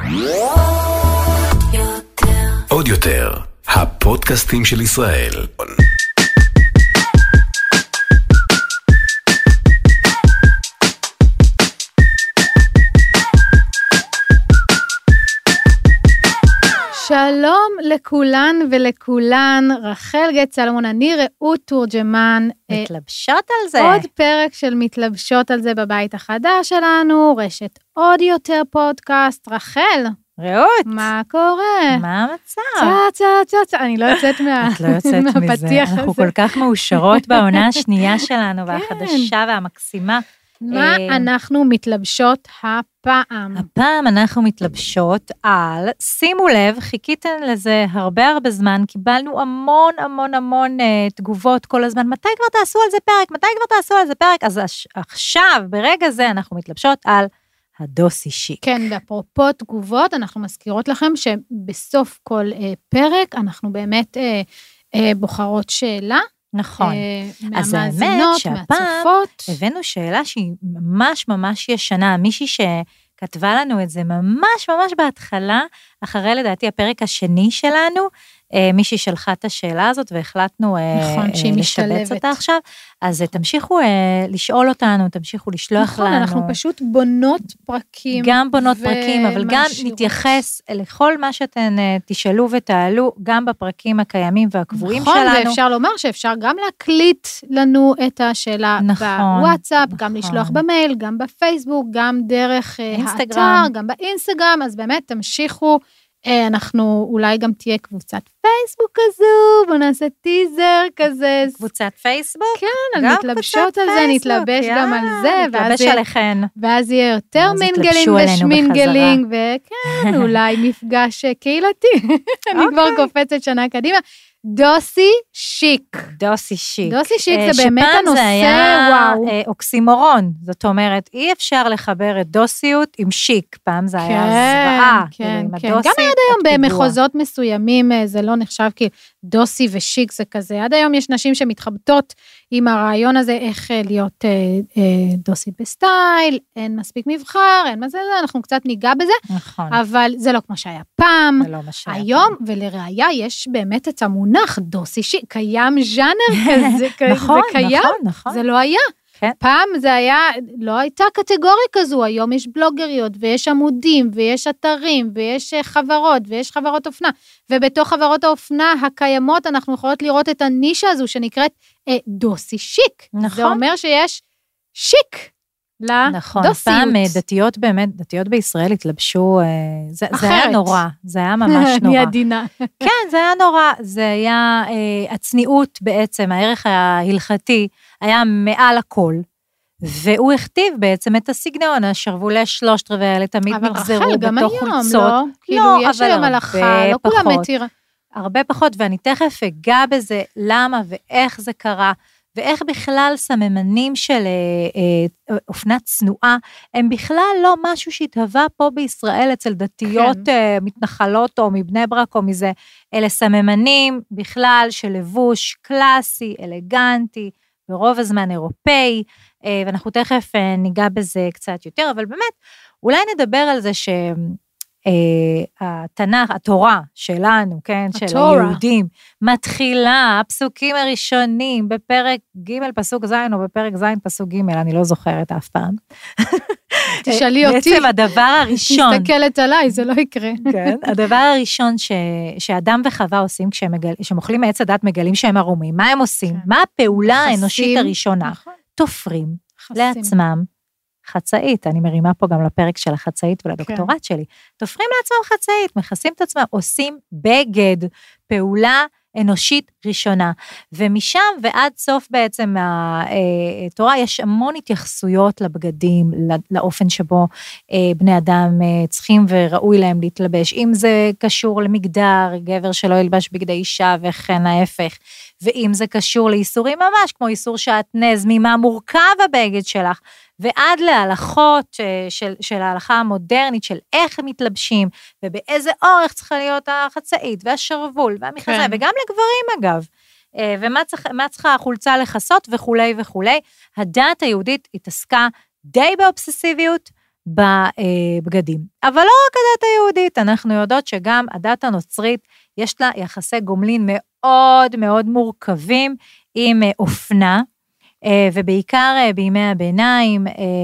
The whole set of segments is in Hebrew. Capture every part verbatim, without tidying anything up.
עוד יותר, הפודקאסטים של ישראל. שלום לכולן ולכולן, רחל גט סלומון, אני רעות תורג'מן. מתלבשות על זה. עוד פרק של מתלבשות על זה בבית החדש שלנו, רשת עוד יותר פודקאסט. רחל. רעות. מה קורה? מה המצב? צה, צה, צה, צה. אני לא יוצאת מה... את לא יוצאת מזה. אנחנו כל כך מאושרות בעונה השנייה שלנו, והחדשה והמקסימה. מה אנחנו מתלבשות הפעם? הפעם אנחנו מתלבשות על, שימו לב, חיכיתם לזה הרבה הרבה זמן, קיבלנו המון המון המון uh, תגובות כל הזמן, מתי כבר תעשו על זה פרק? מתי כבר תעשו על זה פרק? אז עכשיו, ברגע זה, אנחנו מתלבשות על הדוסי שיק. כן, ואפרופו תגובות, אנחנו מזכירות לכם שבסוף כל uh, פרק, אנחנו באמת uh, uh, בוחרות שאלה, נכון. אז האמת שהפעם הבאנו שאלה שהיא ממש ממש ישנה, מישהי שכתבה לנו את זה ממש ממש בהתחלה, אחרי לדעתי הפרק השני שלנו, מישהי שלחה את השאלה הזאת, והחלטנו לשבץ אותה עכשיו, אז תמשיכו לשאול אותנו, תמשיכו לשלוח לנו. נכון, אנחנו פשוט בונות פרקים. גם בונות פרקים, אבל גם נתייחס לכל מה שאתן תשאלו ותעלו, גם בפרקים הקיימים והקבועים שלנו. נכון, ואפשר לומר שאפשר גם להקליט לנו את השאלה בוואטסאפ, גם לשלוח במייל, גם בפייסבוק, גם דרך האתר, גם באינסטגרם, אז באמת תמשיכו, אנחנו אולי גם תהיה קבוצת פייסבוק כזו, בוא נעשה טיזר כזה. קבוצת פייסבוק? כן, על מתלבשות על זה, נתלבש גם על זה. נתלבש עליכן. ואז יהיה יותר מינגלינג ושמינגלינג, וכן, אולי מפגש קהילתי. אני כבר קופצת שנה קדימה. דוסי שיק. דוסי שיק. דוסי שיק זה באמת הנושא, וואו. זה היה אוקסימורון, זאת אומרת, אי אפשר לחבר את דוסיות עם שיק, פעם זה היה זוועה. כן, כן, גם עד היום במחוזות מסוימים, זה לא נחשב כי דוסי ושיק זה כזה, עד היום יש נשים שמתחבטות עם הרעיון הזה, איך להיות דוסית בסטייל, אין מספיק מבחר, אין מה זה, אנחנו קצת ניגע בזה, נכון. אבל זה לא כמו שהיה פעם, זה לא מה שהיה היום, ולראיה יש באמת את המונח דוסי שיק, קיים ז'אנר כזה, נכון, זה קיים, נכון, נכון. זה לא היה. כן. פעם זה היה, לא הייתה קטגוריה כזו, היום יש בלוגריות, ויש עמודים, ויש אתרים, ויש חברות, ויש חברות אופנה, ובתוך חברות האופנה הקיימות, אנחנו יכולות לראות את הנישה הזו, שנקראת אה, דוסי שיק. נכון. זה אומר שיש שיק לדוסיות. נכון, פעם דתיות באמת, דתיות בישראל התלבשו, זה, זה היה נורא, זה היה ממש נורא. אני עדינה. כן, זה היה נורא, זה היה אה, הצניעות בעצם, הערך ההלכתי, היה מעל הכל, והוא הכתיב בעצם את הסגנון, השרוולי שלושת רבעי האלה תמיד נגזרו בתוך חולצות. אבל גם היום, לא? כאילו, יש היום הלכה, לא כולם מתיר. הרבה פחות, ואני תכף אגע בזה, למה ואיך זה קרה, ואיך בכלל סממנים של אה, אה, אופנת צנועה, הם בכלל לא משהו שהתהווה פה בישראל אצל דתיות כן. אה, מתנחלות או מבני ברק או מזה, אלה סממנים בכלל של לבוש קלאסי, אלגנטי, ברוב הזמן אירופאי, אה, ואנחנו תכף אה, ניגע בזה קצת יותר, אבל באמת, אולי נדבר על זה ש... התנ"ך, התורה שלנו, כן, של היהודים, מתחילה, הפסוקים הראשונים, בפרק ג' פסוק ז', או בפרק ז' פסוק ג', אני לא זוכרת אף פעם. תשאלי אותי. בעצם הדבר הראשון. מסתכלת עליי, זה לא יקרה. כן, הדבר הראשון ש, שאדם וחווה עושים, כשהם, מגל, כשהם אוכלים מעץ הדת, מגלים שהם ערומים, מה הם עושים? כן. מה הפעולה האנושית הראשונה? נכון. תופרים חסים. לעצמם, חצאית, אני מרימה פה גם לפרק של החצאית ולדוקטורט כן. שלי, תופרים לעצמם חצאית, מכסים את עצמם, עושים בגד, פעולה אנושית ראשונה, ומשם ועד סוף בעצם התורה, יש המון התייחסויות לבגדים, לאופן שבו בני אדם צריכים וראוי להם להתלבש, אם זה קשור למגדר, גבר שלא ילבש בגדי אישה וכן ההפך, ואם זה קשור לאיסורים ממש, כמו איסור שעטנז, ממה מורכב הבגד שלך, ועד להלכות של, של ההלכה המודרנית, של איך הם מתלבשים, ובאיזה אורך צריכה להיות החצאית, והשרוול, והמכסה, כן. וגם לגברים אגב, ומה צריך, מה צריכה החולצה לחסות, וכולי וכולי. הדת היהודית התעסקה די באובססיביות, בבגדים. אבל לא רק הדת היהודית, אנחנו יודעות שגם הדת הנוצרית, יש לה יחסי גומלין מאוד מאוד מורכבים עם אופנה, ובעיקר בימי הביניים,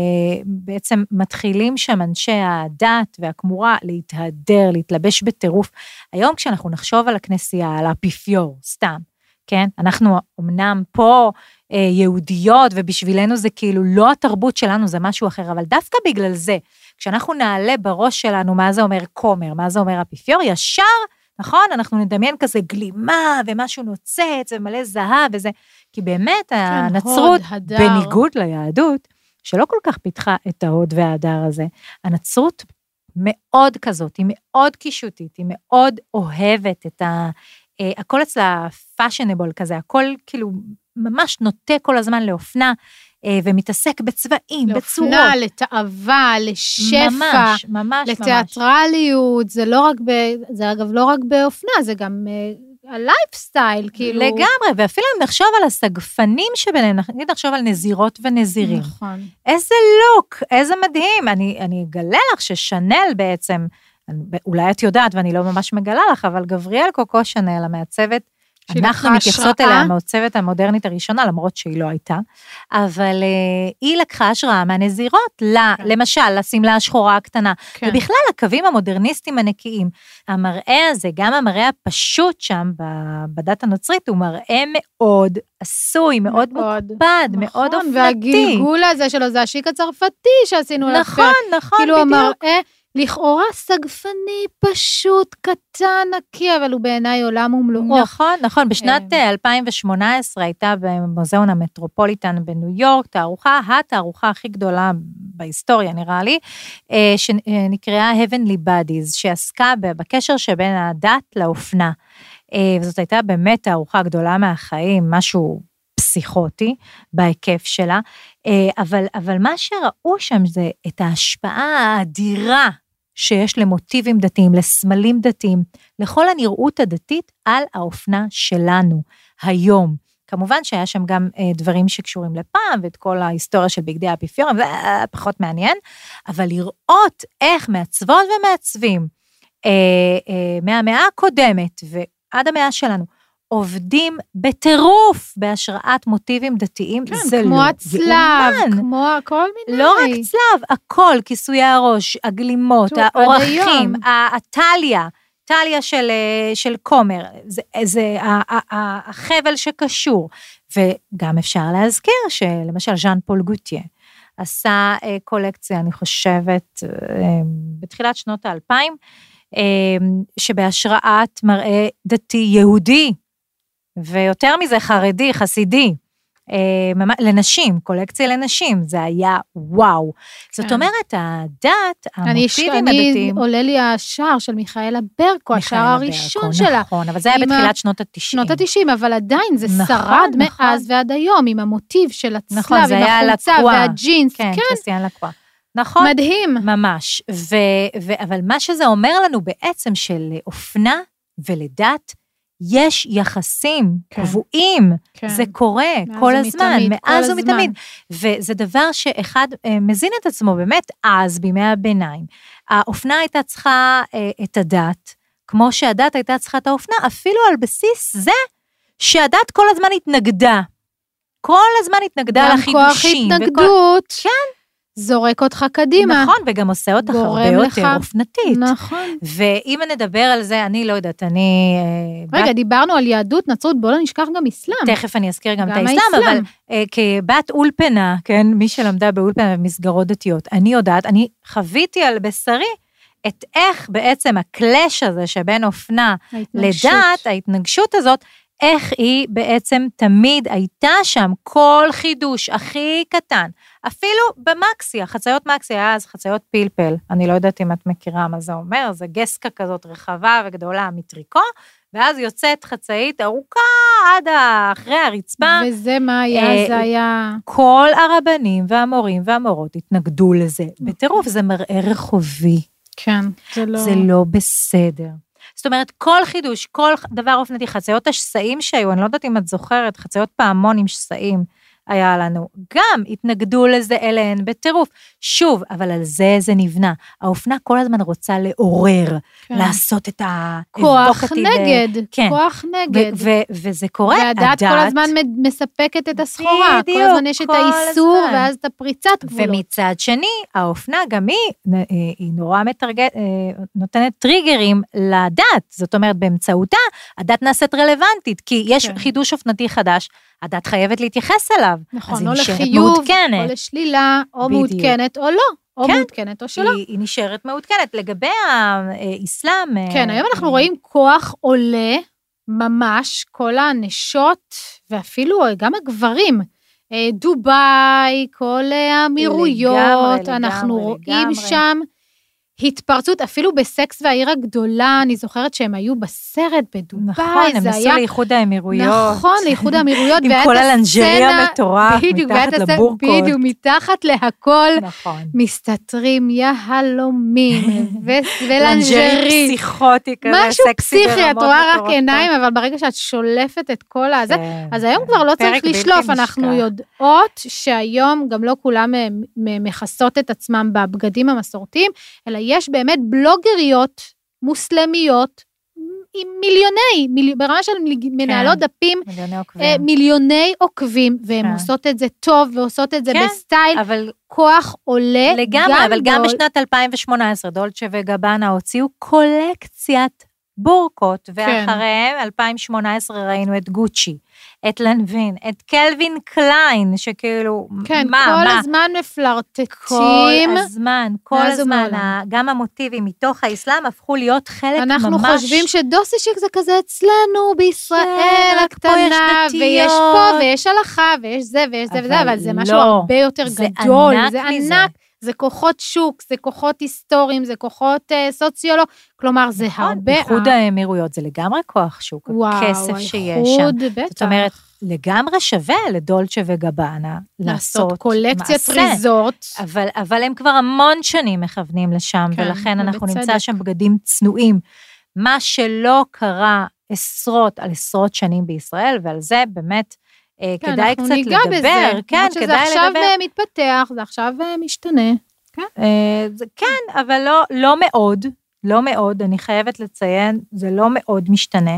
בעצם מתחילים שם אנשי הדת והכמורה להתהדר, להתלבש בטירוף. היום כשאנחנו נחשוב על הכנסייה, על האפיפיור, סתם, כן? אנחנו אמנם פה יהודיות, ובשבילנו זה כאילו לא התרבות שלנו, זה משהו אחר, אבל דווקא בגלל זה, כשאנחנו נעלה בראש שלנו מה זה אומר כומר, מה זה אומר אפיפיור, ישר, נכון? אנחנו נדמיין כזה גלימה, ומשהו נוצץ, ומלא זהב וזה, כי באמת כן, הנצרות, הוד, בניגוד ליהדות, שלא כל כך פיתחה את ההוד וההדר הזה, הנצרות מאוד כזאת, היא מאוד קישוטית, היא מאוד אוהבת את ה... הכל אצלה פאשנבול כזה, הכל כאילו ממש נוטה כל הזמן לאופנה, ומתעסק בצבעים, בצורות. לאופנה, לתאווה, לשפע, ממש, ממש, לתיאטרליות, זה לא רק, ב, זה אגב לא רק באופנה, זה גם הלייפסטייל, כאילו. לגמרי, ואפילו אם נחשוב על הסגפנים שביניהם, נגיד נחשוב על נזירות ונזירים. נכון. איזה לוק, איזה מדהים, אני, אני אגלה לך ששנל בעצם, אולי את יודעת, ואני לא ממש מגלה לך, אבל גבריאל קוקו שנל, המעצבת, אנחנו מתייחסות אליה מהצוות המודרנית הראשונה, למרות שהיא לא הייתה, אבל uh, היא לקחה השראה מהנזירות, לה, כן. למשל, לשמלה השחורה הקטנה, כן. ובכלל הקווים המודרניסטיים הנקיים. המראה הזה, גם המראה הפשוט שם, בדת הנוצרית, הוא מראה מאוד עשוי, מאוד, מאוד מוקפד, נכון, מאוד אופנתי. והגלגול הזה שלו, זה השיק הצרפתי שעשינו לפרק. נכון, נכון, כאילו בדיוק. המראה, לכאורה סגפני פשוט קטן נקי, אבל הוא בעיניי עולם ומלואו. נכון, נכון. בשנת אלפיים שמונה עשרה הייתה במוזיאון המטרופוליטן בניו יורק, תערוכה, התערוכה הכי גדולה בהיסטוריה נראה לי, שנקראה Heavenly Bodies, שעסקה בקשר שבין הדת לאופנה. וזאת הייתה באמת תערוכה גדולה מהחיים, משהו פסיכוטי בהיקף שלה, אבל, אבל מה שראו שם זה את ההשפעה האדירה שיש למוטיבים דתיים, לסמלים דתיים, לכל הנראות הדתית על האופנה שלנו היום. כמובן שהיה שם גם דברים שקשורים לפעם, ואת כל ההיסטוריה של בגדי האפיפיורים, זה פחות מעניין, אבל לראות איך מעצבות ומעצבים, מהמאה הקודמת ועד המאה שלנו, עובדים בטירוף בהשראת מוטיבים דתיים, כן, זה כמו לא הצלב, כמו כל מיני. לא רק צלב, הכל, כיסויי הראש, הגלימות, האורחים, הטליה, טליה של, של קומר, זה, זה החבל שקשור, וגם אפשר להזכיר שלמשל ז'אן פול גוטיה, עשה קולקציה, אני חושבת, בתחילת שנות האלפיים, שבהשראת מראה דתי יהודי, ויותר מזה חרדי, חסידי, לנשים, קולקציה לנשים, זה היה וואו. זאת אומרת, הדת, המוטיבים הדתיים... אני עולה לי השער של מיכאלה ברקו, השער הראשון שלה. נכון, אבל זה היה בתחילת שנות התשעים. שנות התשעים, אבל עדיין זה שרד מאז ועד היום, עם המוטיב של הצלב, עם החולצה והג'ינס. כן, קריסטיאן לקווה. נכון? מדהים. ממש. אבל מה שזה אומר לנו בעצם של אופנה ולדת, יש יחסים קבועים, זה קורה כל הזמן, מאז ומתמיד, וזה דבר שאחד מזין את עצמו באמת אז, בימי הביניים. האופנה הייתה צריכה את הדת, כמו שהדת הייתה צריכה את האופנה, אפילו על בסיס זה שהדת כל הזמן התנגדה, כל הזמן התנגדה לחידושים. גם כוח התנגדות. כן. זורק אותך קדימה. נכון, וגם עושה אותך הרבה יותר אופנתית. נכון. ואם נדבר על זה, אני לא יודעת, אני... רגע, בת... דיברנו על יהדות, נצרות, בואו לא נשכח גם אסלאם. תכף אני אזכיר גם, גם את האסלאם, אבל כבת אולפנה, כן, מי שלמדה באולפנה במסגרות דתיות, אני יודעת, אני חוויתי על בשרי, את איך בעצם הקלש הזה שבין אופנה לדת, ההתנגשות הזאת, איך היא בעצם תמיד הייתה שם כל חידוש הכי קטן, אפילו במקסיה, חציות מקסיה, היה אז חציות פלפל, אני לא יודעת אם את מכירה מה זה אומר, זה גסקה כזאת רחבה וגדולה מטריקו, ואז יוצאת חצאית ארוכה עד אחרי הרצפה. וזה מה היה, זה היה... כל הרבנים והמורים והמורות התנגדו לזה, בטירוף זה מראה רחובי. כן, זה לא... זה לא בסדר. זאת אומרת, כל חידוש, כל דבר אופנתי, חציות השסעים שהיו, אני לא יודעת אם את זוכרת, חציות פעמון עם שסעים, היה לנו, גם התנגדו לזה אליהן בטירוף. שוב, אבל על זה זה נבנה. האופנה כל הזמן רוצה לעורר, כן. לעשות את ה... כוח נגד, כן. כוח נגד. ו- ו- וזה קורה. והדת כל הזמן מספקת את הסחורה. בדיוק, כל הזמן יש את האיסור, הזמן. ואז את הפריצת גבולות. ומצד שני, האופנה גם היא, היא נורא מתרגת, נותנת טריגרים לדת. זאת אומרת, באמצעותה, הדת נעשית רלוונטית, כי יש כן. חידוש אופנתי חדש, הדת חייבת להתייחס אליו. נכון, או לחיוב, או לשלילה, או בדיוק. מעודכנת, או לא. או כן, מעודכנת או שלא. היא, היא נשארת מעודכנת. לגבי האסלאם... כן, היום אנחנו רואים כוח עולה, ממש, כל הנשות, ואפילו גם הגברים, דובאי, כל האמירויות, לגמרי, אנחנו לגמרי, רואים לגמרי. שם התפרצות, אפילו בסקס והעיר הגדולה, אני זוכרת שהם היו בסרט בדובאי, נכון, הם נסו היה... לאיחוד האמירויות. נכון, לאיחוד האמירויות. עם כל הלנג'רי המטורף, מתחת לבורקות. בדיוק, מתחת להכל, נכון. מסתתרים יהלומים, ולנג'רי. פסיכוטי כזה, משהו פסיכי, את רואה רק עיניים, אבל ברגע שאת שולפת את כל הזה, אז היום כבר לא צריך לשלוף, אנחנו יודעות שהיום גם לא כולם מכסות את עצמם בבגדים המסורתיים, אלא יש באמת בלוגריות מוסלמיות עם מיליוני, מיל... ברמה של מנהלות כן, דפים, מיליוני עוקבים, מיליוני עוקבים והן כן. עושות את זה טוב, ועושות את זה כן, בסטייל, אבל... כוח עולה. לגמרי, גם אבל דול... גם בשנת אלפיים ושמונה עשרה, דולצ'ה וגבאנה הוציאו קולקציית בורקות, ואחריהם, אלפיים ושמונה עשרה ראינו את גוצ'י, את לנבין, את קלווין קליין, שכאילו, כן, מה, כל מה? הזמן מפלרטטים. כל הזמן, כל הזמן, גם המוטיבים מתוך האסלאם הפכו להיות חלק אנחנו ממש. אנחנו חושבים שדוסישיק זה כזה אצלנו, בישראל הקטנה, ויש פה, ויש הלכה, ויש זה, ויש זה וזה, אבל זה משהו הרבה יותר גדול, זה ענק. זה כוחות שוק, זה כוחות היסטוריים, זה כוחות uh, סוציולוג, כלומר זה נכון, הרבה... איחוד האמירויות זה לגמרי כוח שוק, וואו, הכסף שיש שם. בטח. זאת אומרת, לגמרי שווה לדולצ'ה וגבאנה לעשות קולקציית ריזורט. אבל, אבל הם כבר המון שנים מכוונים לשם, כן, ולכן אנחנו ובצדק. נמצא שם בגדים צנועים. מה שלא קרה עשרות על עשרות שנים בישראל, ועל זה באמת... כן, כדאי קצת לדבר, בזה. כן, כדאי לדבר. זה עכשיו מתפתח, זה עכשיו משתנה. כן, זה, כן אבל לא, לא מאוד, לא מאוד, אני חייבת לציין, זה לא מאוד משתנה.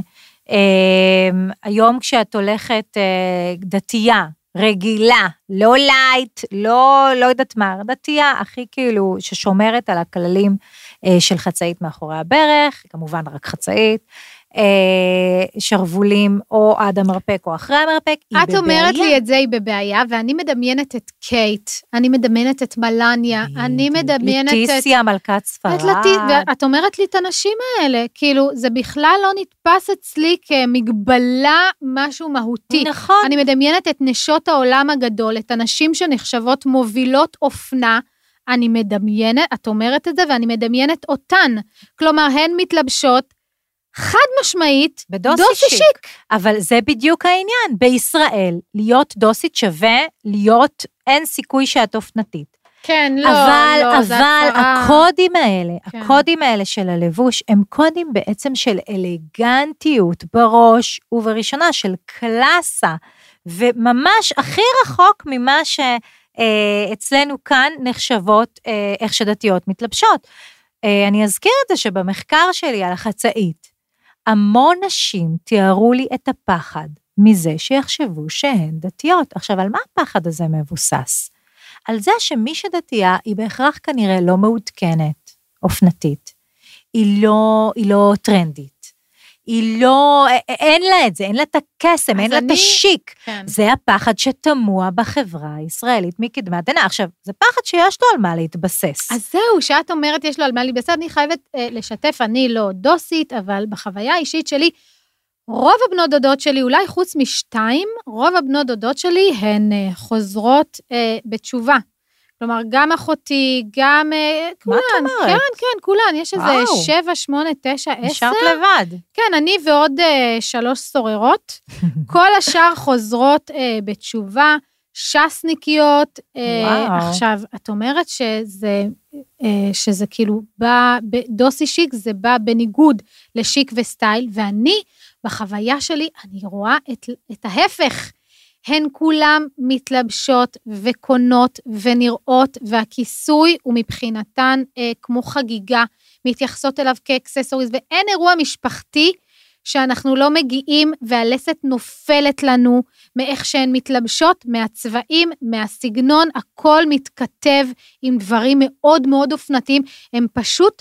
היום כשאת הולכת דתייה, רגילה, לא לייט, לא, לא יודעת מה, דתייה הכי כאילו ששומרת על הכללים של חצאית מאחורי הברך, כמובן רק חצאית, שרבולים או עד המרפק או אחרי המרפק, היא בבעיה. את אומרת לי את זה, היא בבעיה, ואני מדמיינת את קייט, אני מדמיינת את מלניה, אני מדמיינת את... לטיסיה, מלכת ספרד. ואת אומרת לי את הנשים האלה, כאילו, זה בכלל לא נתפס אצלי כמגבלה משהו מהותי. נכון. אני מדמיינת את נשות העולם הגדול, את הנשים שנחשבות מובילות אופנה, אני מדמיינת, את אומרת את זה, ואני מדמיינת אותן. כלומר, הן מתלבשות, חד משמעית, דוסי שיק. אבל זה בדיוק העניין. בישראל, להיות דוסית שווה, להיות, אין סיכוי שאת אופנתית. כן, לא, אבל, לא, אבל הקודים האלה, כן. הקודים האלה של הלבוש, הם קודים בעצם של אלגנטיות בראש ובראשונה של קלאסה, וממש הכי רחוק ממה שאצלנו כאן נחשבות איך שדתיות מתלבשות. אני אזכיר את זה שבמחקר שלי על החצאית, המון נשים תיארו לי את הפחד מזה שיחשבו שהן דתיות. עכשיו, על מה הפחד הזה מבוסס? על זה שמי שדתייה היא בהכרח כנראה לא מעודכנת, אופנתית, היא לא, היא לא טרנדית, היא לא, אין לה את זה, אין לה את הקסם, אין לה את השיק. כן. זה הפחד שתמוע בחברה הישראלית מקדמת דנא. עכשיו, זה פחד שיש לו על מה להתבסס. אז זהו, שאת אומרת יש לו על מה להתבסס, אני חייבת אה, לשתף, אני לא דוסית, אבל בחוויה האישית שלי, רוב הבנות דודות שלי, אולי חוץ משתיים, רוב הבנות דודות שלי הן אה, חוזרות אה, בתשובה. כלומר, גם אחותי, גם כולן, כן, כן, כולן, יש איזה שבע, שמונה, תשע, עשר. נשארת לבד. כן, אני ועוד שלוש סוררות, כל השאר חוזרות בתשובה, שסניקיות, עכשיו, את אומרת שזה, שזה כאילו בא, דוסי שיק, זה בא בניגוד לשיק וסטייל, ואני, בחוויה שלי, אני רואה את, את ההפך, הן כולם מתלבשות וקונות ונראות, והכיסוי הוא מבחינתן אה, כמו חגיגה, מתייחסות אליו כאקססוריז, ואין אירוע משפחתי שאנחנו לא מגיעים, והלסת נופלת לנו מאיך שהן מתלבשות, מהצבעים, מהסגנון, הכל מתכתב עם דברים מאוד מאוד אופנתיים, הן פשוט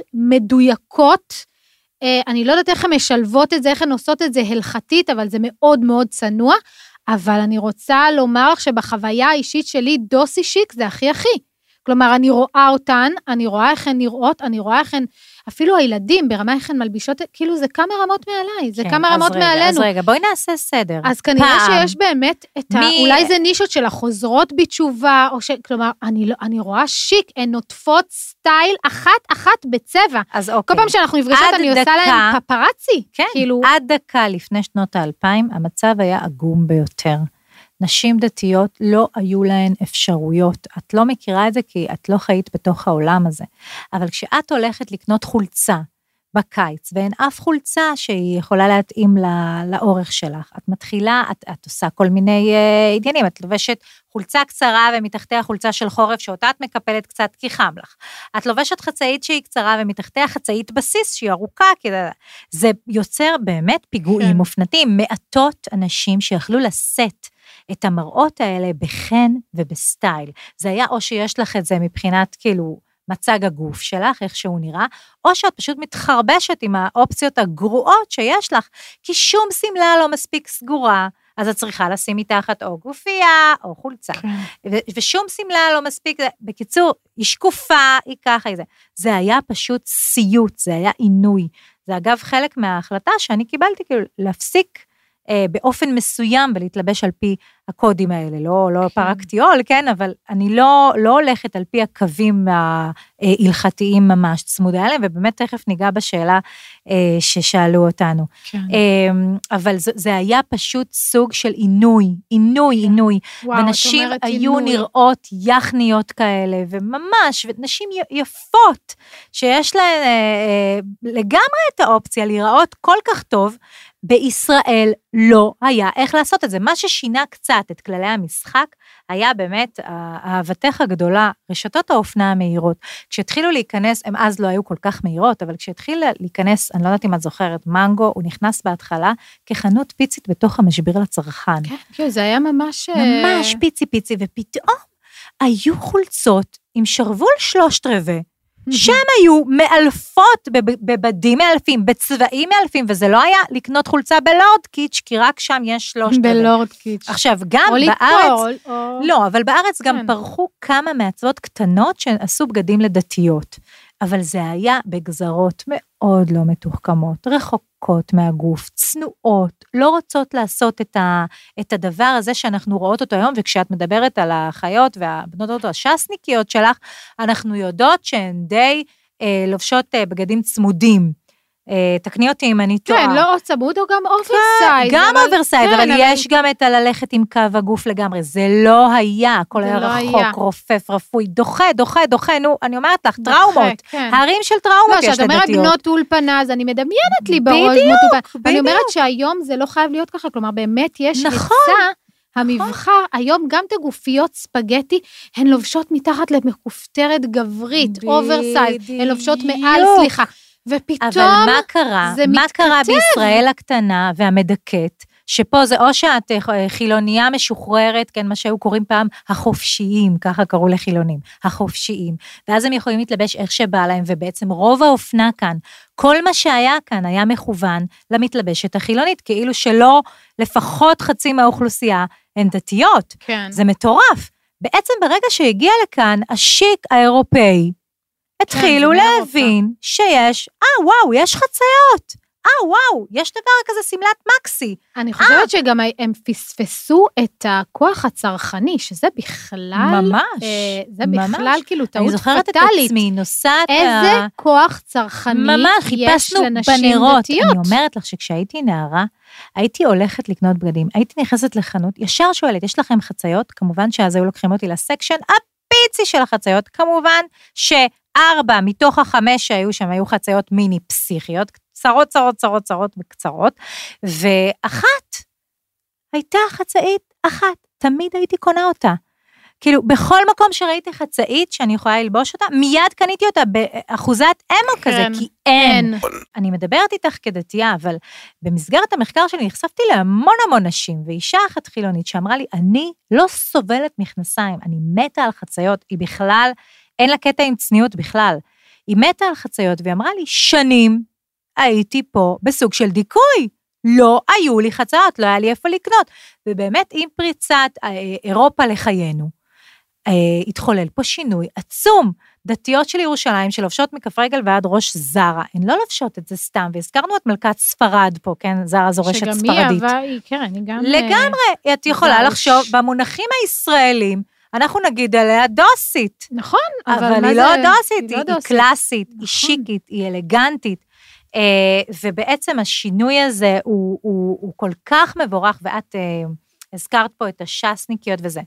מדויקות, אה, אני לא יודעת איך הן משלבות את זה, איך הן עושות את זה הלכתית, אבל זה מאוד מאוד צנוע, אבל אני רוצה לומר לך שבחוויה האישית שלי, דוסי שיק זה הכי הכי. כלומר, אני רואה אותן, אני רואה איך הן נראות, אני רואה איך הן, אפילו הילדים ברמה איך הן מלבישות, כאילו זה כמה רמות מעליי, זה כן, כמה רמות רגע, מעלינו. אז רגע, בואי נעשה סדר. אז כנראה פעם. שיש באמת את מי... ה... אולי זה נישות של החוזרות בתשובה, או ש... כלומר, אני, לא, אני רואה שיק, הן נוטפות סטייל אחת-אחת בצבע. אז אוקיי. כל פעם שאנחנו נפגשות, אני דקה, עושה להם פפרצי. כן, כאילו... עד דקה לפני שנות האלפיים, המצב היה עגום ביותר. נשים דתיות לא היו להן אפשרויות, את לא מכירה את זה כי את לא חיית בתוך העולם הזה, אבל כשאת הולכת לקנות חולצה בקיץ, ואין אף חולצה שהיא יכולה להתאים לאורך שלך, את מתחילה, את, את עושה כל מיני uh, עניינים, את לובשת חולצה קצרה ומתחתיה חולצה של חורף, שאותה את מקפלת קצת כי חם לך, את לובשת חצאית שהיא קצרה ומתחתיה חצאית בסיס שהיא ארוכה, כי זה יוצר באמת פיגועים כן. מופנתיים, מעטות אנשים שיכלו לשאת, את המראות האלה בחן ובסטייל. זה היה או שיש לך את זה מבחינת כאילו מצג הגוף שלך, איך שהוא נראה, או שאת פשוט מתחרבשת עם האופציות הגרועות שיש לך, כי שום סמלה לא מספיק סגורה, אז את צריכה לשים מתחת או גופייה או חולצה. כן. ו- ושום סמלה לא מספיק, בקיצור, היא שקופה, היא ככה, היא זה. זה היה פשוט סיוט, זה היה עינוי. זה אגב חלק מההחלטה שאני קיבלתי, כאילו להפסיק, באופן מסוים ולהתלבש על פי הקודים האלה, לא, לא פרקתי עול, כן, אבל אני לא, לא הולכת על פי הקווים ההלכתיים ממש צמודי עליהם, ובאמת תכף ניגע בשאלה ששאלו אותנו. כן. אבל זה, זה היה פשוט סוג של עינוי, עינוי, כן. עינוי, וואו, ונשים היו עינוי. נראות יחניות כאלה, וממש, ונשים יפות, שיש להן לגמרי את האופציה להיראות כל כך טוב, בישראל לא היה איך לעשות את זה. מה ששינה קצת את כללי המשחק, היה באמת אהבתך הגדולה, רשתות האופנה המהירות. כשהתחילו להיכנס, הם אז לא היו כל כך מהירות, אבל כשהתחיל להיכנס, אני לא יודעת אם את זוכרת, מנגו, הוא נכנס בהתחלה כחנות פיצית בתוך המשביר לצרכן. כן, זה היה ממש... ממש פיצי פיצי, ופתאום היו חולצות עם שרוול שלושת רבעי, שהם היו מאלפות, בבדים מאלפים, בצבעים מאלפים, וזה לא היה לקנות חולצה בלורד קיץ', כי רק שם יש שלושת רבעי. בלורד קיץ'. עכשיו, גם בארץ, לא, אבל בארץ גם פרחו כמה מעצבות קטנות, שעשו בגדים לדתיות, אבל זה היה בגזרות מאוד לא מתוחכמות, רחוקות מהגוף, צנועות, לא רוצות לעשות את, ה, את הדבר הזה שאנחנו רואות אותו היום, וכשאת מדברת על החיות והבנות השסניקיות שלך, אנחנו יודעות שהן די אה, לובשות אה, בגדים צמודים, תקני אותי אם אני טועה. כן, לא צמוד או גם אוברסייז. גם אוברסייז, אבל יש גם את הללכת עם קו הגוף לגמרי, זה לא היה, הכל היה רחוק, רופף, רפוי, דוחה, דוחה, דוחה, נו, אני אומרת לך, טראומות, הרים של טראומות יש לדתיות. לא, שאת אומרת בנות אולפנה, אז אני מדמיינת לי בראש בנות אולפנה, אני אומרת שהיום זה לא חייב להיות ככה, כלומר באמת יש היצע, המבחר, היום גם את הגופיות ספגטי, הן לובשות מתחת למכופתרת גברית, אוברסייז, הן לובשות מעל, סליחה, ופתאום אבל מה קרה? זה מה מתכתב. קרה בישראל הקטנה והמדכאת, שפה זה או שאת חילוניה משוחררת, כן, מה שהיו קוראים פעם החופשיים, ככה קראו לחילונים, החופשיים, ואז הם יכולים להתלבש איך שבא להם, ובעצם רוב האופנה כאן, כל מה שהיה כאן היה מכוון למתלבשת החילונית, כאילו שלא לפחות חצי מהאוכלוסייה הן דתיות, כן. זה מטורף. בעצם ברגע שהגיע לכאן, השיק האירופאי, התחילו כן, להבין שיש, אה וואו, יש חצאיות, אה וואו, יש דבר כזה סמלת מקסי. אני חושבת 아. שגם הם פספסו את הכוח הצרכני, שזה בכלל, ממש, אה, זה ממש. בכלל כאילו טעות פטלית. אני זוכרת את עצמי, נוסעת, איזה ה... כוח צרכני ממש, יש לנשים בנרות. דתיות. אני אומרת לך שכשהייתי נערה, הייתי הולכת לקנות בגדים, הייתי נכנסת לחנות, ישר שואלת, יש לכם חצאיות? כמובן שאז היו לוקחים אותי לסקשן, הפיצי של החצאיות, כמובן ש... ארבע מתוך החמש שהיו שם, היו חצאיות מיני פסיכיות, צרות, צרות, צרות, צרות וקצרות, ואחת הייתה חצאית אחת, תמיד הייתי קונה אותה. כאילו, בכל מקום שראיתי חצאית שאני יכולה ללבוש אותה, מיד קניתי אותה באחוזת אמו כזה, כי אין. אני מדברת איתך כדתייה, אבל במסגרת המחקר שלי נחשפתי להמון המון נשים, ואישה אחת חילונית שאמרה לי, אני לא סובלת מכנסיים, אני מתה על חצאיות, היא בכלל, אין לה קטע עם צניעות בכלל, היא מתה על חצאיות, והיא אמרה לי, שנים הייתי פה בסוג של דיכוי, לא היו לי חצאות, לא היה לי איפה לקנות, ובאמת עם פריצת אירופה לחיינו, התחולל פה שינוי עצום, דתיות של ירושלים שלובשות מכף רגל ועד ראש זרה, הן לא לובשות את זה סתם, והזכרנו את מלכת ספרד פה, כן, זרה זורשת ספרדית. שגם היא אהבה, כן, אני גם... לגמרי, את יכולה לחשוב, במונחים הישראלים, אנחנו נגיד עליה דוסית. נכון, אבל היא לא דוסית, היא קלאסית, היא שיקית, היא אלגנטית, ובעצם השינוי הזה הוא כל כך מבורך, ואת הזכרת פה את השסניקיות וזה.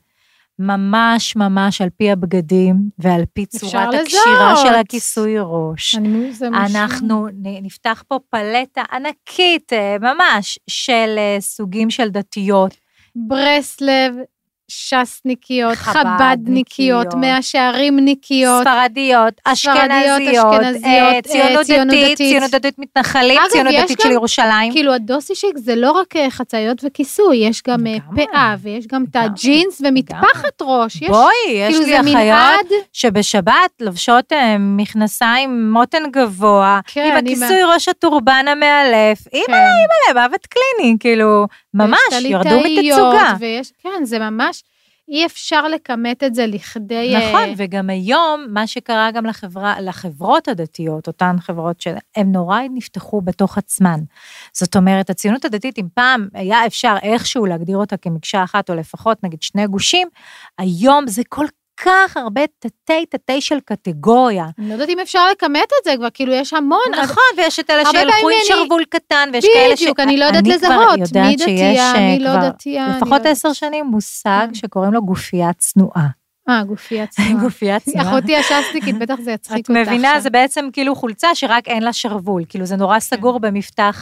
ממש ממש על פי הבגדים, ועל פי צורת הקשירה של הכיסוי ראש. אנחנו נפתח פה פלטה ענקית, ממש, של סוגים של דתיות. ברסלב, שסניקיות, חבדניקיות, מאה שערים ניקיות, ספרדיות, אשכנזיות, ציונות דתית, ציונות דתית מתנחלים, ציונות דתית של ירושלים. כאילו הדוסישיק זה לא רק חצאיות וכיסוי, יש גם פאה, ויש גם את הג'ינס ומטפחת ראש. בואי, יש לי אחיות שבשבת לובשות מכנסיים מותן גבוה, עם הכיסוי ראש הטורבן המאלף, אימאלה, אימאלה, מוות קליני, כאילו, ממש, ירדו מתצוגה. כן, זה ממש, אי אפשר לקמת את זה לכדי... נכון, וגם היום, מה שקרה גם לחברה, לחברות הדתיות, אותן חברות שהן נורא נפתחו בתוך עצמן. זאת אומרת, הציונות הדתית, אם פעם היה אפשר איכשהו להגדיר אותה כמקשה אחת, או לפחות נגיד שני גושים, היום זה כל כך הרבה תתי תתי של קטגוריה. אני לא יודעת אם אפשר לקמת את זה, כבר כאילו יש המון. נכון, ויש את אלה שהלכו עם שרוול קטן, ויש כאלה ש... בדיוק, אני לא יודעת לזהות, מי דתייה, מי לא דתייה. לפחות עשר שנים מושג שקוראים לו גופייה צנועה. אה, גופייה צנועה. גופייה צנועה. אחותי השסטיקית, בטח זה יצחיק אותך. את מבינה, זה בעצם כאילו חולצה שרק אין לה שרוול, כאילו זה נורא סגור במפתח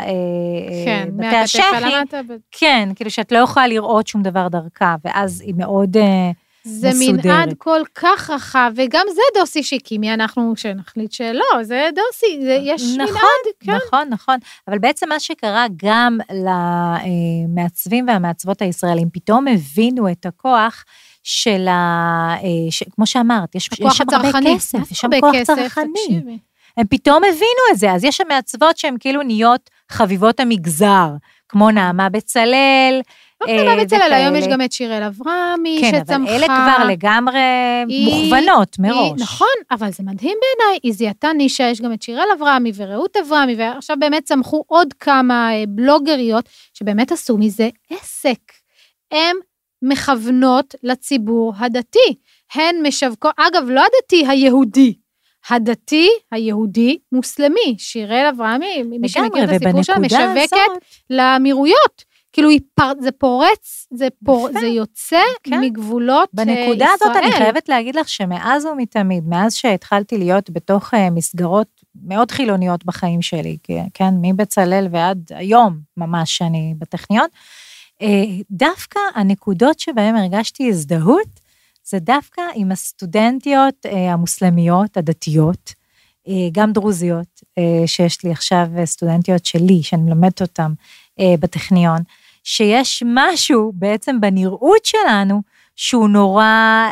בתי השכי. כן, כאילו שאת לא יכולה לראות שום דבר דרכה, ואז היא מאוד... זה מנעד כל כך רחב, וגם זה דוסי שיקי, מי אנחנו שנחליט שלא, זה דוסי, זה, יש נכון, מנעד, כן. נכון, נכון, אבל בעצם מה שקרה גם למעצבים והמעצבות הישראלים, פתאום הבינו את הכוח של ה... ש, כמו שאמרת, יש, יש שם הרבה כסף, יש שם כוח צרכני. הם פתאום הבינו את זה, אז יש שם מעצבות שהן כאילו נהיות חביבות המגזר, כמו נעמה בצלאל, לא נעמה בצלאל, היום יש גם את שיראל אברהמי, שצמחה. כן, אבל אלה כבר לגמרי מוכוונות מראש. נכון, אבל זה מדהים בעיניי, היא זיהתה נישה, יש גם את שיראל אברהמי ורעות אברהמי, ועכשיו באמת צמחו עוד כמה בלוגריות, שבאמת עשו מזה עסק. הן מכוונות לציבור הדתי. הן משווקות, אגב, לא הדתי היהודי, הדתי היהודי מוסלמי, שיראל אברהמי, מי שמכיר את הסיפור שלה, משווקת לאמירויות. כאילו זה פורץ, זה, פור, זה יוצא כן. מגבולות בנקודה ישראל. בנקודה הזאת אני חייבת להגיד לך שמאז ומתמיד, מאז שהתחלתי להיות בתוך מסגרות מאוד חילוניות בחיים שלי, כן, מבצלאל ועד היום ממש שאני בטכניון, דווקא הנקודות שבהן הרגשתי הזדהות, זה דווקא עם הסטודנטיות המוסלמיות, הדתיות, גם דרוזיות, שיש לי עכשיו סטודנטיות שלי, שאני מלמדת אותם בטכניון, שיש משהו בעצם בנראות שלנו, שהוא נורא,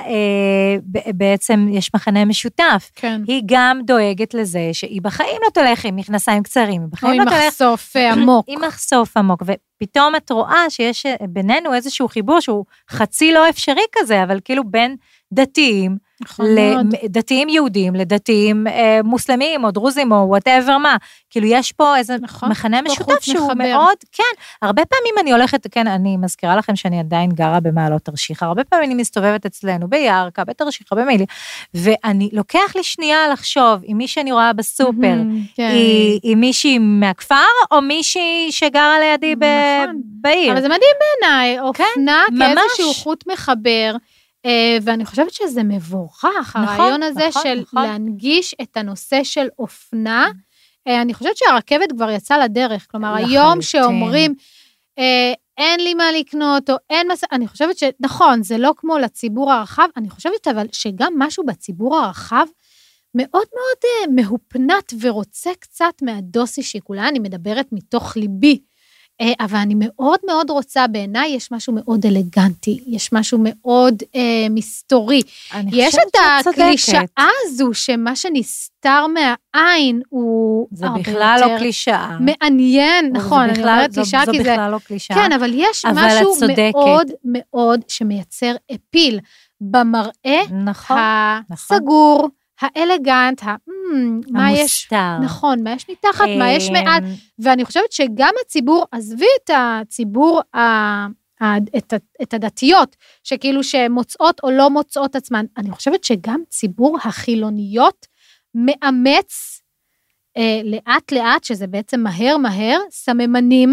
בעצם יש מחנה משותף. כן. היא גם דואגת לזה, שהיא בחיים לא תלך עם מכנסיים קצרים, היא בחיים לא תלך... או עם מחשוף עמוק. עם מחשוף עמוק, ופתאום את רואה שיש בינינו איזשהו חיבור, שהוא חצי לא אפשרי כזה, אבל כאילו בין דתיים, לדתיים יהודים, לדתיים אה, מוסלמים, או דרוזים, או whatever מה, כאילו יש פה איזה נכון, מחנה משותף שהוא מחבר. מאוד, כן, הרבה פעמים אני הולכת, כן, אני מזכירה לכם שאני עדיין גרה במעלות תרשיחא, הרבה פעמים אני מסתובבת אצלנו, ביערקה, בתרשיחא, במיילי, ואני לוקח לי שנייה לחשוב, אם מי שאני רואה בסופר, mm-hmm, כן. היא, היא מישהי מהכפר, או מישהי שגרה לידי נכון. בעיר. אבל זה מדהים בעיניי, אופנה כן, כאיזשהו חוט מחבר, ואני חושבת שזה מבורך, הרעיון הזה של להנגיש את הנושא של אופנה, אני חושבת שהרכבת כבר יצאה לדרך, כלומר היום שאומרים, אין לי מה לקנות, או אין מס... אני חושבת שנכון, זה לא כמו לציבור הרחב, אני חושבת אבל שגם משהו בציבור הרחב, מאוד מאוד מהופנת ורוצה קצת מהדוסי שיקולה, אני מדברת מתוך ליבי, אבל אני מאוד מאוד רוצה, בעיניי יש משהו מאוד אלגנטי, יש משהו מאוד אה, מסתורי. יש את הקלישאה הזו, שמה שנסתר מהעין הוא... זה בכלל לא קלישאה. מעניין, נכון, אני אומרת קלישאה, כי זה... זו בכלל לא קלישאה. כן, אבל יש משהו מאוד מאוד שמייצר אפיל, במראה הסגור, האלגנט, מה יש, נכון, מה יש מתחת, מה יש מעל, ואני חושבת שגם הציבור, עזבי את הציבור, את הדתיות, שכאילו שמוצאות או לא מוצאות עצמן, אני חושבת שגם ציבור החילוניות מאמץ לאט לאט, שזה בעצם מהר מהר, סממנים,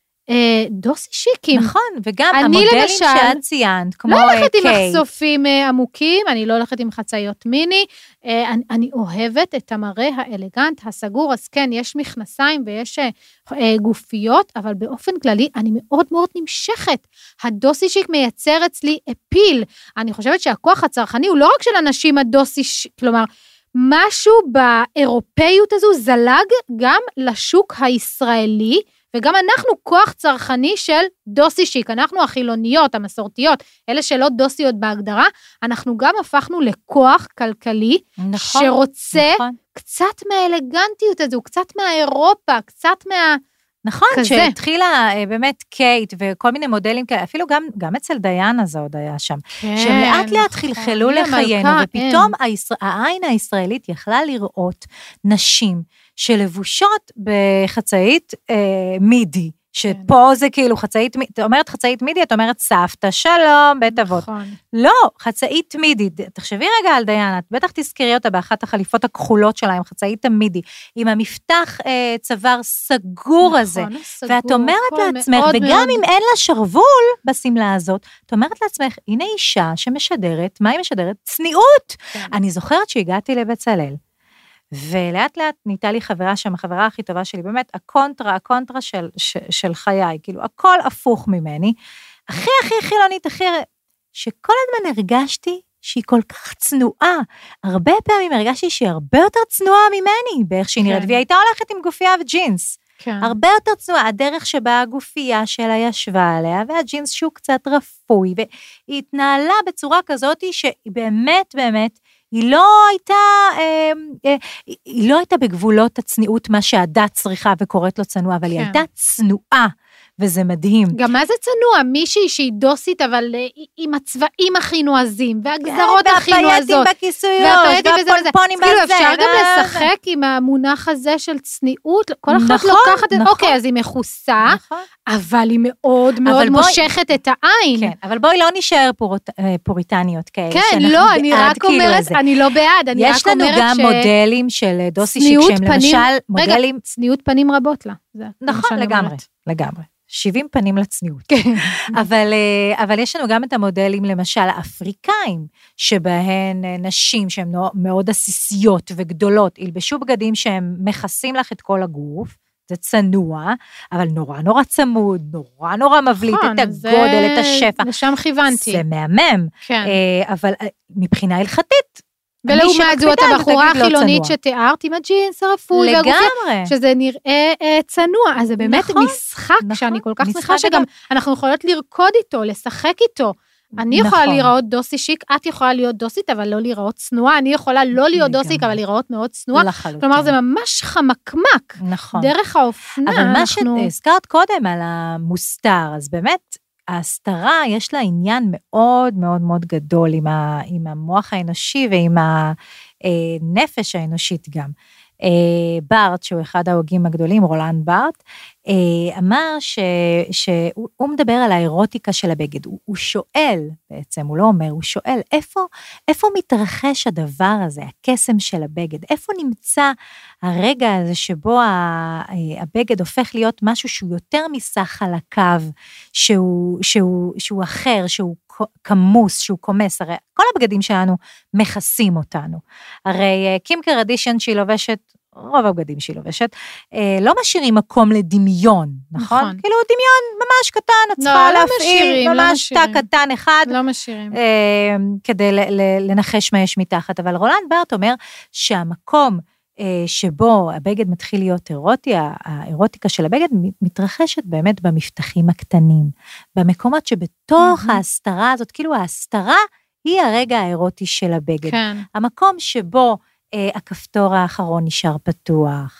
דוסי שיקים. נכון, וגם המודלים שאת ציינת, כמו קיי. לא הולכת עם מחשופים עמוקים, אני לא הולכת עם חצאיות מיני, אני, אני אוהבת את המראה האלגנט, הסגור, אז כן, יש מכנסיים ויש גופיות, אבל באופן כללי אני מאוד מאוד נמשכת. הדוסי שיק מייצר אצלי אפיל. אני חושבת שהכוח הצרכני הוא לא רק של אנשים הדוסי שיק, כלומר, משהו באירופאיות הזו זלג גם לשוק הישראלי, וגם אנחנו כוח צרכני של דוסי שיק, אנחנו החילוניות, המסורתיות, אלה שלא דוסיות בהגדרה, אנחנו גם הפכנו לכוח כלכלי, נכון, שרוצה נכון. קצת מהאלגנטיות הזו, קצת מהאירופה, קצת מה... נכון, כזה. שהתחילה באמת קייט וכל מיני מודלים כאלה, אפילו גם, גם אצל דיאנה זה עוד היה שם, כן, שלאט לאט נכון. חלחלו לחיינו, ופתאום הישראל, העין הישראלית יכלה לראות נשים שלבושות בחצאית אה, מידי, שפה זה כאילו חצאית, את אומרת חצאית מידי, את אומרת סבתא, שלום, בית אבות. לא, חצאית מידי, תחשבי רגע על דיאנה, בטח תזכרי אותה באחת החליפות הכחולות שלה, עם חצאית המידי, עם המפתח צוואר סגור הזה, ואת אומרת לעצמך, וגם אם אין לה שרוול בסמלה הזאת, את אומרת לעצמך, הנה אישה שמשדרת, מה היא משדרת? צניעות. אני זוכרת שהגעתי לבצלאל, ולאט לאט ניתה לי חברה שם, החברה הכי טובה שלי, באמת הקונטרה, הקונטרה של, של, של חיי, כאילו הכל הפוך ממני, הכי הכי חילונית, הכי, שכל הזמן הרגשתי שהיא כל כך צנועה, הרבה פעמים הרגשתי שהיא הרבה יותר צנועה ממני, באיך שהיא נראית, והיא הייתה הולכת עם גופייה וג'ינס, כן. הרבה יותר צנועה, הדרך שבה הגופייה שלה ישבה עליה, והג'ינס שהוא קצת רפוי, והיא התנהלה בצורה כזאת, שהיא באמת באמת, היא לא הייתה, אה, אה, היא לא הייתה בגבולות הצניעות, מה שהדת צריכה וקוראת לו צנוע, אבל כן. היא הייתה צנועה, וזה מדהים. גם מה זה צנוע? מישהי שהיא דוסית, אבל עם הצבעים הכי נועזים, והגזרות הכי נועזות. והפייטים בכיסויות, והפונפונים בזה. כאילו אפשר גם לשחק עם המונח הזה של צניעות, כל אחת לוקחת את, אוקיי, אז היא מכוסה, אבל היא מאוד מאוד מושכת את העין. כן, אבל בואי לא נשאר פוריטניות כאלה. כן, לא, אני רק אומרת, אני לא בעד, אני רק אומרת ש... יש לנו גם מודלים של דוסי שכשהם למשל מודלים... רגע, צניעות פנים רבות לה. נכון, לגמרי, לגמרי. שבעים פנים לצניעות. אבל, אבל יש לנו גם את המודלים, למשל, האפריקאים, שבהן נשים שהן מאוד עסיסיות וגדולות, ילבשו בגדים שהם מכסים לך את כל הגוף, זה צנוע, אבל נורא נורא צמוד, נורא נורא מבליט את הגודל, את השפע. לשם כיוונתי. זה מהמם. אבל מבחינה הלכתית, ולעומת זאת, הבחורה החילונית שתיארת עם הג'ינס הרפוי, לגמרי. שזה נראה צנוע, אז זה באמת משחק, שאני כל כך שמחה שגם אנחנו יכולות לרקוד איתו, לשחק איתו. אני יכולה להיראות דוסי שיק, את יכולה להיות דוסית, אבל לא להיראות צנועה, אני יכולה לא להיות דוסית, אבל להיראות מאוד צנועה. כלומר, זה ממש חמקמק. דרך האופנה. אבל מה שהזכרת קודם על המוסתר, אז באמת, ההסתרה יש לה עניין מאוד מאוד מאוד גדול עם, ה, עם המוח האנושי ועם הנפש האנושית גם. בארט, שהוא אחד ההוגים הגדולים, רולנד בארט, אמר ש, שהוא מדבר על האירוטיקה של הבגד, הוא, הוא שואל בעצם, הוא לא אומר, הוא שואל, איפה, איפה מתרחש הדבר הזה, הקסם של הבגד, איפה נמצא הרגע הזה שבו הבגד הופך להיות משהו שהוא יותר מסך על הקו, שהוא, שהוא, שהוא אחר, שהוא כמוס, שהוא קומס, הרי כל הבגדים שלנו מכסים אותנו, הרי קים קרדישן שהיא לובשת רוב הבגדים שהיא לובשת, לא משאירים מקום לדמיון, נכון? כאילו דמיון ממש קטן, את צריכה להפעיל, ממש תא קטן אחד, לא משאירים. כדי לנחש מה יש מתחת, אבל רולנד בארט אומר שהמקום שבו הבגד מתחיל להיות אירוטי, האירוטיקה של הבגד מתרחשת באמת במפתחים הקטנים, במקומות שבתוך ההסתרה הזאת, כאילו ההסתרה היא הרגע האירוטי של הבגד. כן. המקום שבו הכפתור האחרון נשאר פתוח,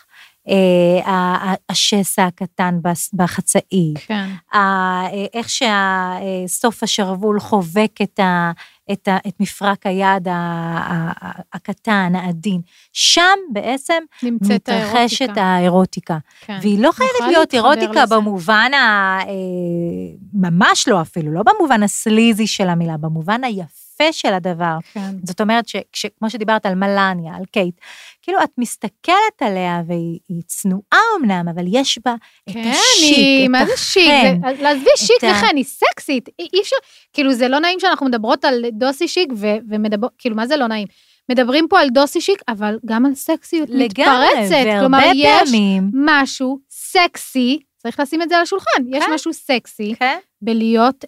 השסע הקטן בחצאי, כן. איך שהסוף השרוול חובק את, ה, את, ה, את מפרק היד הקטן, העדין, שם בעצם מתרחשת האירוטיקה. כן. והיא לא חייבת להיות אירוטיקה לזה. במובן ה... ממש לא אפילו, לא במובן הסליזי של המילה, במובן היפה של הדבר. כן. זאת אומרת שכמו שדיברת על מלניה, על קייט, כאילו את מסתכלת עליה והיא צנועה אמנם, אבל יש בה כן, את השיק, היא, את מה זה שיק? להסביא שיק וחן, היא סקסית. אי אפשר, כאילו זה לא נעים שאנחנו מדברות על דוסי שיק, ומדבר, כאילו מה זה לא נעים? מדברים פה על דוסי שיק, אבל גם על סקסיות מתפרצת. כלומר, יש משהו סקסי, צריך לשים את זה על השולחן, יש משהו סקסי, בלהיות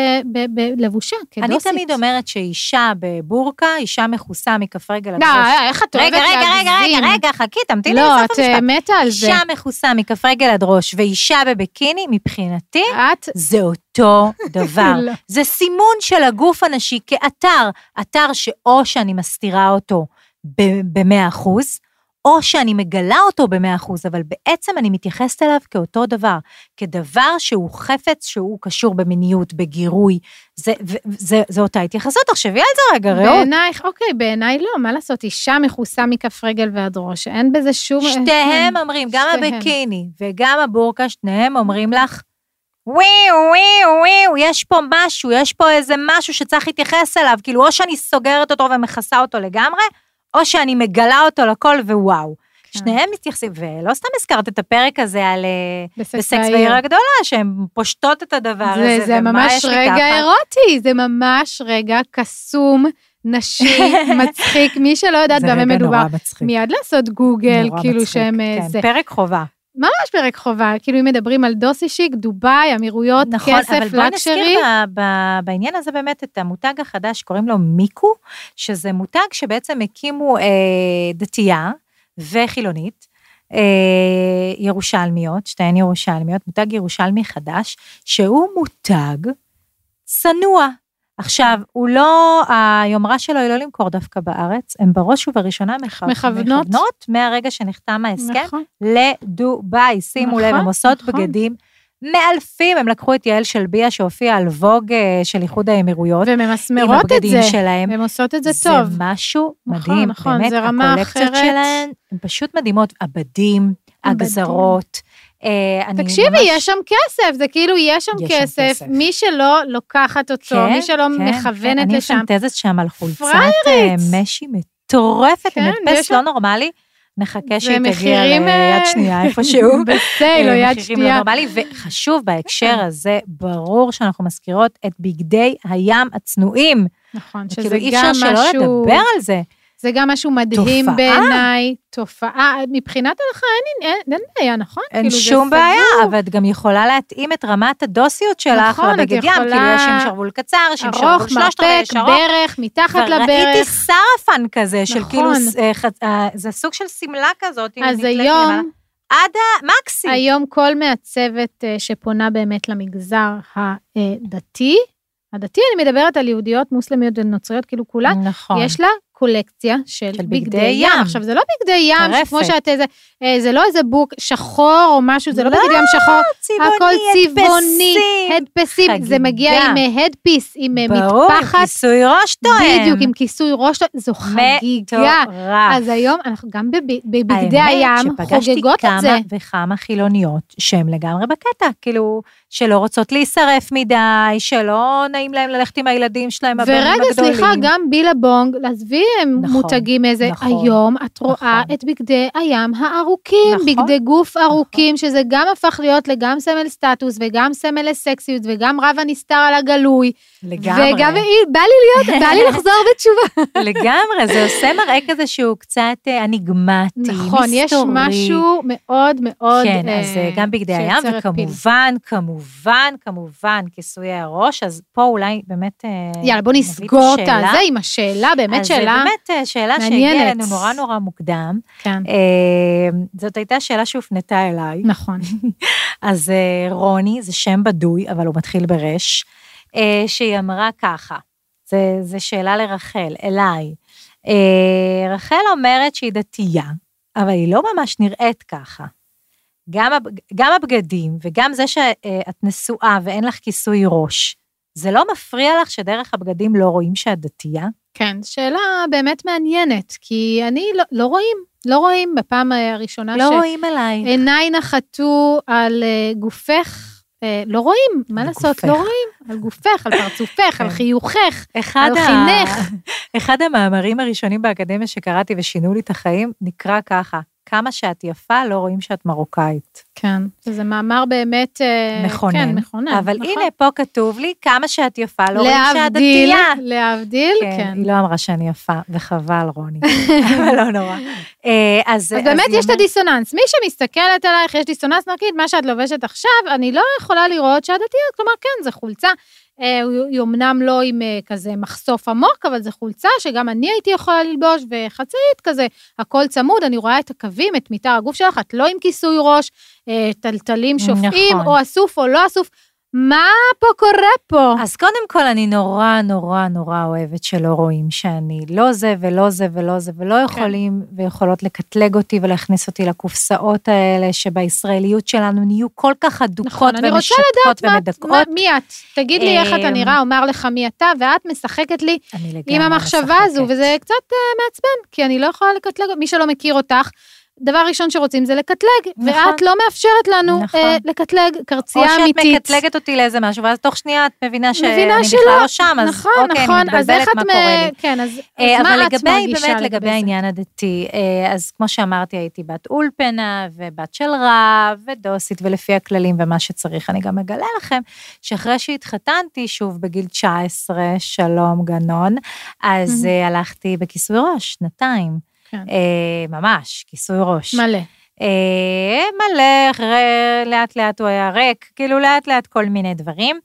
לבושה, כדוסית. אני תמיד אומרת שאישה בבורקה, אישה מכוסה מכף רגל עד ראש. לא, איך את אוהבת להגזים? רגע, רגע, רגע, רגע, חכי, תמתיני לסוף המשפט. לא, את מתה על זה. אישה מכוסה מכף רגל עד ראש, ואישה בביקיני, מבחינתי, זה אותו דבר. זה סימון של הגוף הנשי כאתר, אתר שאו שאני מסתירה אותו ב-מאה אחוז, או שאני מגלה אותו ב-מאה אחוז, אבל בעצם אני מתייחסת אליו כאותו דבר, כדבר שהוא חפץ, שהוא קשור במיניות, בגירוי, זה, זה, זה אותה התייחסות, תחשבי על זה רגע, רעות. בעינייך, אוקיי, בעיניי לא, מה לעשות, אישה מכוסה מכף רגל ועד ראש, אין בזה שום... שתיהם אומרים, גם הביקיני וגם הבורקה, שניהם אומרים לך, וואו, וואו, וואו, יש פה משהו, יש פה איזה משהו שצריך להתייחס אליו, כאילו או שאני סוגרת אותו ומכסה אותו לגמרי, או שאני מגלה אותו לכל ווואו. כן. שניהם מתייחסים, ולא סתם הזכרת את הפרק הזה על בסקס בעיר הגדולה, שהן פושטות את הדבר זה, הזה. זה ממש רגע ככה. אירוטי, זה ממש רגע קסום, נשי, מצחיק, מי שלא יודעת במה מדובר. מיד לעשות גוגל, כאילו מצחיק, שהם... כן, זה. פרק חובה. ממש פרק חובה, כאילו אם מדברים על דוסי שיק, דובאי, אמירויות, נכון, כסף, לקשרי. אבל בוא נזכיר ב- ב- בעניין הזה באמת את המותג החדש, קוראים לו מיקו, שזה מותג שבעצם הקימו אה, דתייה וחילונית, אה, ירושלמיות, שתיהן ירושלמיות, מותג ירושלמי חדש, שהוא מותג צנוע. עכשיו, הוא לא, היומרה שלו היא לא למכור דווקא בארץ, הם בראש ובראשונה מכוונות, מכוונות מהרגע שנחתם ההסכם, נכון. לדובאי, שימו נכון, לב, הם עושות נכון. בגדים מאלפים, הם לקחו את יעל שלביה שהופיעה על ווג של איחוד האמירויות, וממסמרות את זה, שלהם. הם עושות את זה טוב. זה משהו נכון, מדהים, נכון, באמת, זה רמה הקולקציות אחרת. שלהן, הן פשוט מדהימות, הבדים, הגזרות, תקשיבי, ממש... יש שם כסף, זה כאילו יש שם, יש כסף, שם כסף, מי שלא לוקחת אותו, כן, מי שלא כן, מכוונת כן. לשם. אני מפנטזת שם על חולצת משי מטורפת, כן, מדפס לא נורמלי, נחכה שהיא תגיע ליד שנייה איפשהו. בסייל או יד שנייה. לא נורמלי, וחשוב בהקשר הזה, ברור שאנחנו מזכירות את בגדי הים הצנועים. נכון, שזה גם משהו... אי אפשר שלא לדבר על זה. זה גם משהו מדהים בעיניי, תופעה, מבחינת הלכה אין, אין, אין בעיה, נכון? אין כאילו שום בעיה, אבל את גם יכולה להתאים את רמת הדוסיות שלך, נכון, לבגד ים, כאילו יש עם שרוול קצר, יש עם שרוול שלושת רבעי, יש ארוך, ברך, מתחת לברך. וראיתי סרפן כזה, של כאילו, זה סוג של סמלה כזאת, אז היום, עד המקסי. היום כל מעצבת שפונה באמת למגזר הדתי, הדתי אני מדברת על יהודיות, מוסלמיות ונוצריות, כאילו כולן, נכון. יש לה קולקציה של, של בגדי ים. ים. עכשיו, זה לא בגדי ים, כמו שאת איזה, זה לא איזה בוק שחור או משהו, זה לא, לא בגדי ים שחור, צבעוני, הכל צבעוני, הדפסים, חגיגה. זה מגיע עם הדפיס, עם ברור, מטפחת. ברור, כיסוי ראש תואם. בדיוק, עם כיסוי ראש תואם, זו חגיגה. אז היום, אנחנו גם בבגדי הים חוגגות את זה. האמת שפגשתי כמה וכמה חילוניות, שהן לגמרי בקטע, כאילו, שלא רוצות להישרף מדי, שלא נעים להם ללכת עם הילדים שלהם, ורגע, סליחה, גם בילבונג, להסביר הם נכון, מותגים איזה, נכון, היום את רואה נכון. את בגדי הים הארוכים, נכון, בגדי גוף ארוכים, נכון. שזה גם הפך להיות לגמרי סמל סטטוס, וגם סמל לסקסיות, וגם רב הנסתר על הגלוי. לגמרי. וגם בא לי להיות, בא לי לחזור בתשובה. לגמרי, זה עושה מראה כזה שהוא קצת אניגמטי, נכון, מסתורי. יש משהו מאוד מאוד כן, אז גם בגדי הים, וכמובן, כמובן, כמובן, כיסוי הראש, אז פה אולי באמת יאללה, בוא נסגור אותה, זה עם השאלה, באמת שאלה מעניינת. אז באמת שאלה שהגיעה לנו נורא נורא מוקדם. כן. זאת הייתה שאלה שהופנתה אליי. נכון. אז רוני, זה שם בדוי, אבל הוא מתחיל ברש, שהיא אמרה ככה, זה שאלה לרחל, אליי. רחל אומרת שהיא דתייה, אבל היא לא ממש נראית ככה. גם, גם הבגדים, וגם זה שאת נשואה ואין לך כיסוי ראש, זה לא מפריע לך שדרך הבגדים לא רואים שאת דתייה? כן, שאלה באמת מעניינת, כי אני לא, לא רואים, לא רואים בפעם הראשונה לא ש... רואים עליי. עיניי נחתו על גופך, לא רואים, מה לעשות, לא רואים, על גופך, על פרצופך, על חיוכך, על חינך. אחד המאמרים הראשונים באקדמיה שקראתי ושינו לי את החיים, נקרא ככה, כמה שאת יפה, לא רואים שאת מרוקאית. כן, זה מאמר באמת מכונן. כן, מכונן. אבל נכון. הנה, פה כתוב לי, כמה שאת יפה, לא רואים שאת דתייה. להבדיל, כן. כן. היא לא אמרה שאני יפה, וחבל, רוני. אבל לא נורא. אז, אז באמת אז יש את הדיסוננס. מי שמסתכלת עלייך, יש דיסוננס, נגיד, מה שאת לובשת עכשיו, אני לא יכולה לראות שאת דתייה, כלומר, כן, זה חולצה. היא אמנם לא עם כזה מחשוף עמוק, אבל זה חולצה שגם אני הייתי יכולה ללבוש, וחצאית כזה, הכל צמוד, אני רואה את הקווים, את מיתר הגוף שלך, את לא עם כיסוי ראש, טלטלים שופעים, נכון. או אסוף או לא אסוף, מה פה קורה פה? אז קודם כל, אני נורא, נורא, נורא אוהבת שלא רואים שאני לא זה ולא זה ולא זה, ולא יכולים כן. ויכולות לקטלג אותי ולהכניס אותי לקופסאות האלה, שבישראליות שלנו נהיו כל כך אדוקות נכון, ומשתקות ומדכאות. מה, מי את? תגיד לי איך אתה נראה, אומר לך מי אתה, ואת משחקת לי עם המחשבה הזו, וזה קצת מעצבן, כי אני לא יכולה לקטלג, מי שלא מכיר אותך, דבר ראשון שרוצים זה לקטלג, נכון. ואת לא מאפשרת לנו נכון. אה, לקטלג קרצייה אמיתית. או שאת מקטלגת אותי לאיזה משהו, ואז תוך שנייה את מבינה שאני בכלל לא שם, אז נכון, אוקיי, נכון, אני מתבלבלת מה מ... קורה לי. כן, אז, אה, אז מה מה לגבי, את מרגישה באמת לגבי לגבי העניין הדתי, אה, אז כמו שאמרתי, הייתי בת אולפנה, ובת של רב, ודוסית, ולפי הכללים ומה שצריך, אני גם מגלה לכם, שאחרי שהתחתנתי, שוב בגיל תשע עשרה, שלום גנון, אז mm-hmm. הלכתי בכיסוי ראש, שנתיים. כן. אה, ממש, כיסוי ראש. מלא. אה, מלא, לאט לאט הוא היה ריק, כאילו לאט לאט כל מיני דברים,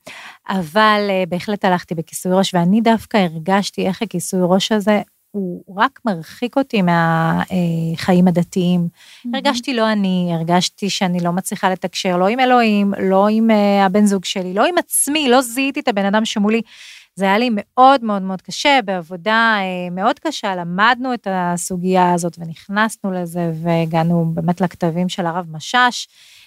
אבל אה, בהחלט הלכתי בכיסוי ראש, ואני דווקא הרגשתי איך הכיסוי ראש הזה, הוא רק מרחיק אותי מהחיים הדתיים. Mm-hmm. הרגשתי לא אני, הרגשתי שאני לא מצליחה לתקשר, לא עם אלוהים, לא עם אה, הבן זוג שלי, לא עם עצמי, לא זיהיתי את הבן אדם שמולי, זה היה לי מאוד מאוד מאוד קשה, בעבודה מאוד קשה, למדנו את הסוגיה הזאת ונכנסנו לזה, והגענו באמת לכתבים של הרב משש,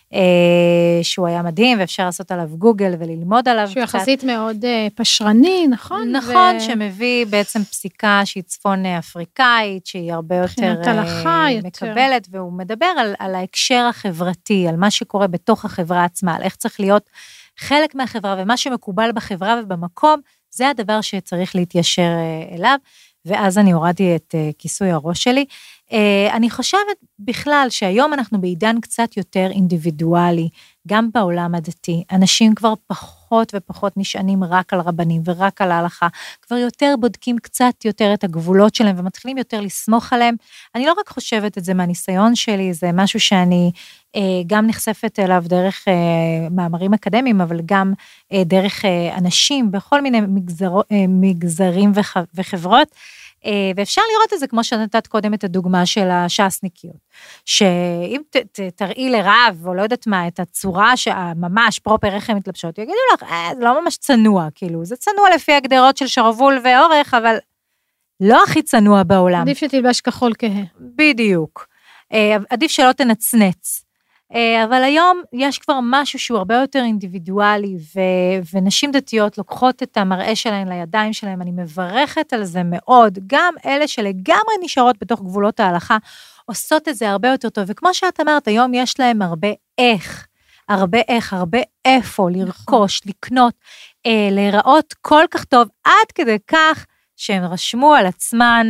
שהוא היה מדהים, ואפשר לעשות עליו גוגל וללמוד עליו. שהוא יחסית מאוד פשרני, נכון? נכון, שמביא בעצם פסיקה שהיא צפון אפריקאית, שהיא הרבה יותר מקבלת, והוא מדבר על, על ההקשר החברתי, על מה שקורה בתוך החברה עצמה, על איך צריך להיות חלק מהחברה, ומה שמקובל בחברה ובמקום, זה הדבר שצריך להתיישר אליו, ואז אני הורדתי את כיסוי הראש שלי. אני חושבת בכלל שהיום אנחנו בעידן קצת יותר אינדיבידואלי, גם בעולם הדתי. אנשים כבר פחות ופחות נשענים רק על רבנים ורק על ההלכה, כבר יותר בודקים קצת יותר את הגבולות שלהם, ומתחילים יותר לסמוך עליהם. אני לא רק חושבת את זה מהניסיון שלי, זה משהו שאני גם נחשפת אליו דרך מאמרים אקדמיים, אבל גם דרך אנשים בכל מיני מגזר, מגזרים וחברות, ואפשר לראות את זה כמו שנתת קודם את הדוגמה של הש"סניקיות, שאם ת, ת, תראי לרב, או לא יודעת מה, את הצורה שממש פרופר איך הם מתלבשות, יגידו לך, אה, זה לא ממש צנוע, כאילו, זה צנוע לפי הגדרות של שרוול ואורך, אבל לא הכי צנוע בעולם. עדיף שתלבש כחול כהה. בדיוק. עדיף שלא תנצנץ. אבל היום יש כבר משהו שהוא הרבה יותר אינדיבידואלי, ו- ונשים דתיות לוקחות את המראה שלהן לידיים שלהן, אני מברכת על זה מאוד, גם אלה שלגמרי נשארות בתוך גבולות ההלכה, עושות את זה הרבה יותר טוב, וכמו שאת אמרת, היום יש להם הרבה איך, הרבה איך, הרבה איפה לרכוש, לקנות, אה, להיראות כל כך טוב, עד כדי כך שהם רשמו על עצמן,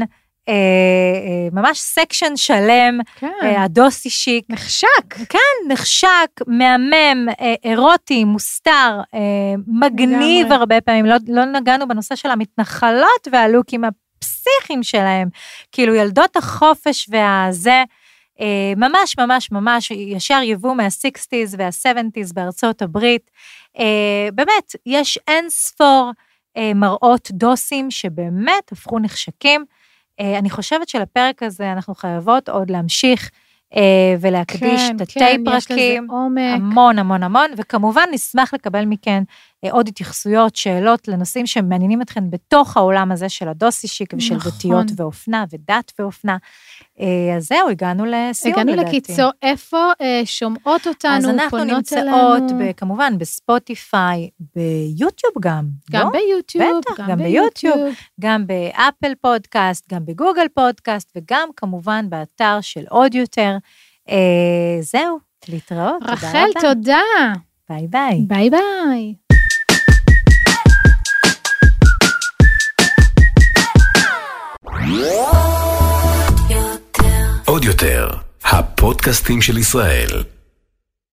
ממש סקשן שלם, הדוסי שיק. נחשק. כן, נחשק, מהמם, אירוטי, מוסתר, מגניב הרבה פעמים, לא נגענו בנושא של המתנחלות והלוקים הפסיכיים שלהם, כאילו ילדות החופש והזה, ממש ממש ממש ישר יבוא מה-סיקסטיז וה-סבנטיז בארצות הברית, באמת יש אין ספור מראות דוסים שבאמת הפכו נחשקים, אני חושבת שלפרק הזה אנחנו חייבות עוד להמשיך ולהקדיש תתי פרקים, המון המון המון, וכמובן נשמח לקבל מכן עוד התייחסויות, שאלות לנושאים שמעניינים אתכן בתוך העולם הזה של הדוסי שיק ושל דתיות ואופנה ודת ואופנה. אז זהו, הגענו לסיום לדעתי. הגענו לקיצור, איפה שומעות אותנו, אז אנחנו נמצאות כמובן בספוטיפיי, ביוטיוב גם. גם ביוטיוב. בטח, גם ביוטיוב, גם באפל פודקאסט, גם בגוגל פודקאסט, וגם כמובן באתר של עוד יותר. זהו, להתראות. רחל, תודה. ביי ביי. ביי ביי. עוד יותר, הפודקאסטים של ישראל.